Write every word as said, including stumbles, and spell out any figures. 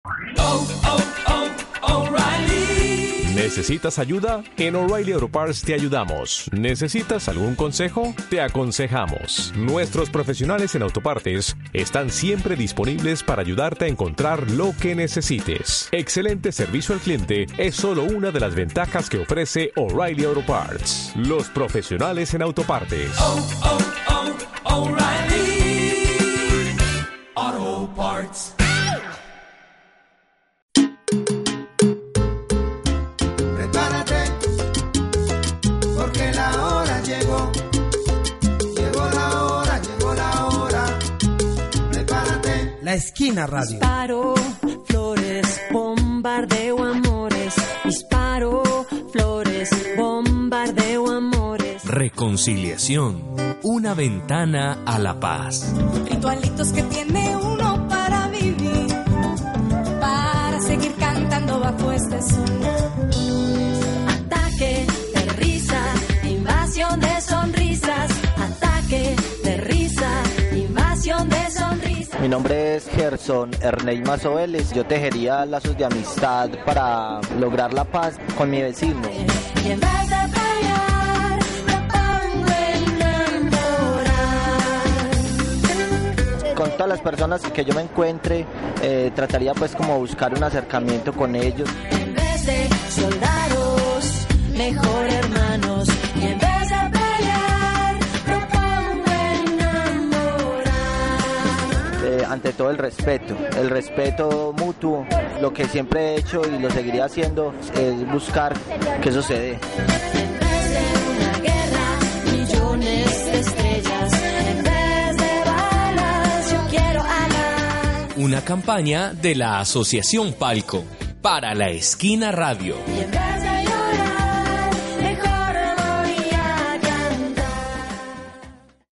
Oh, oh, oh, O'Reilly. ¿Necesitas ayuda? En O'Reilly Auto Parts te ayudamos. ¿Necesitas algún consejo? Te aconsejamos. Nuestros profesionales en autopartes están siempre disponibles para ayudarte a encontrar lo que necesites. Excelente servicio al cliente es solo una de las ventajas que ofrece O'Reilly Auto Parts. Los profesionales en autopartes. Oh, oh, oh, O'Reilly Auto Parts. Porque la hora llegó, llegó la hora, llegó la hora, prepárate. La Esquina Radio. Disparo, flores, bombardeo, amores. Disparo, flores, bombardeo, amores. Reconciliación, una ventana a la paz. Ritualitos que tiene uno para vivir, para seguir cantando bajo este sol. Ataque de risa, invasión de sonrisas. Ataque de risa, invasión de sonrisas. Mi nombre es Gerson Ernei Mazo Vélez. Yo tejería lazos de amistad para lograr la paz con mi vecino. Y en vez de pelear, me pongo a enamorar. Con todas las personas que yo me encuentre, eh, trataría pues como buscar un acercamiento con ellos. En vez de soldados, mejor hermanos. Y en vez de pelear, propongo enamorar. Eh, ante todo el respeto, el respeto mutuo. Lo que siempre he hecho y lo seguiré haciendo es buscar que eso se dé. En vez de una guerra, millones de estrellas. En vez de balas, yo quiero alas. Una campaña de la Asociación Palco para la Esquina Radio. Y en vez de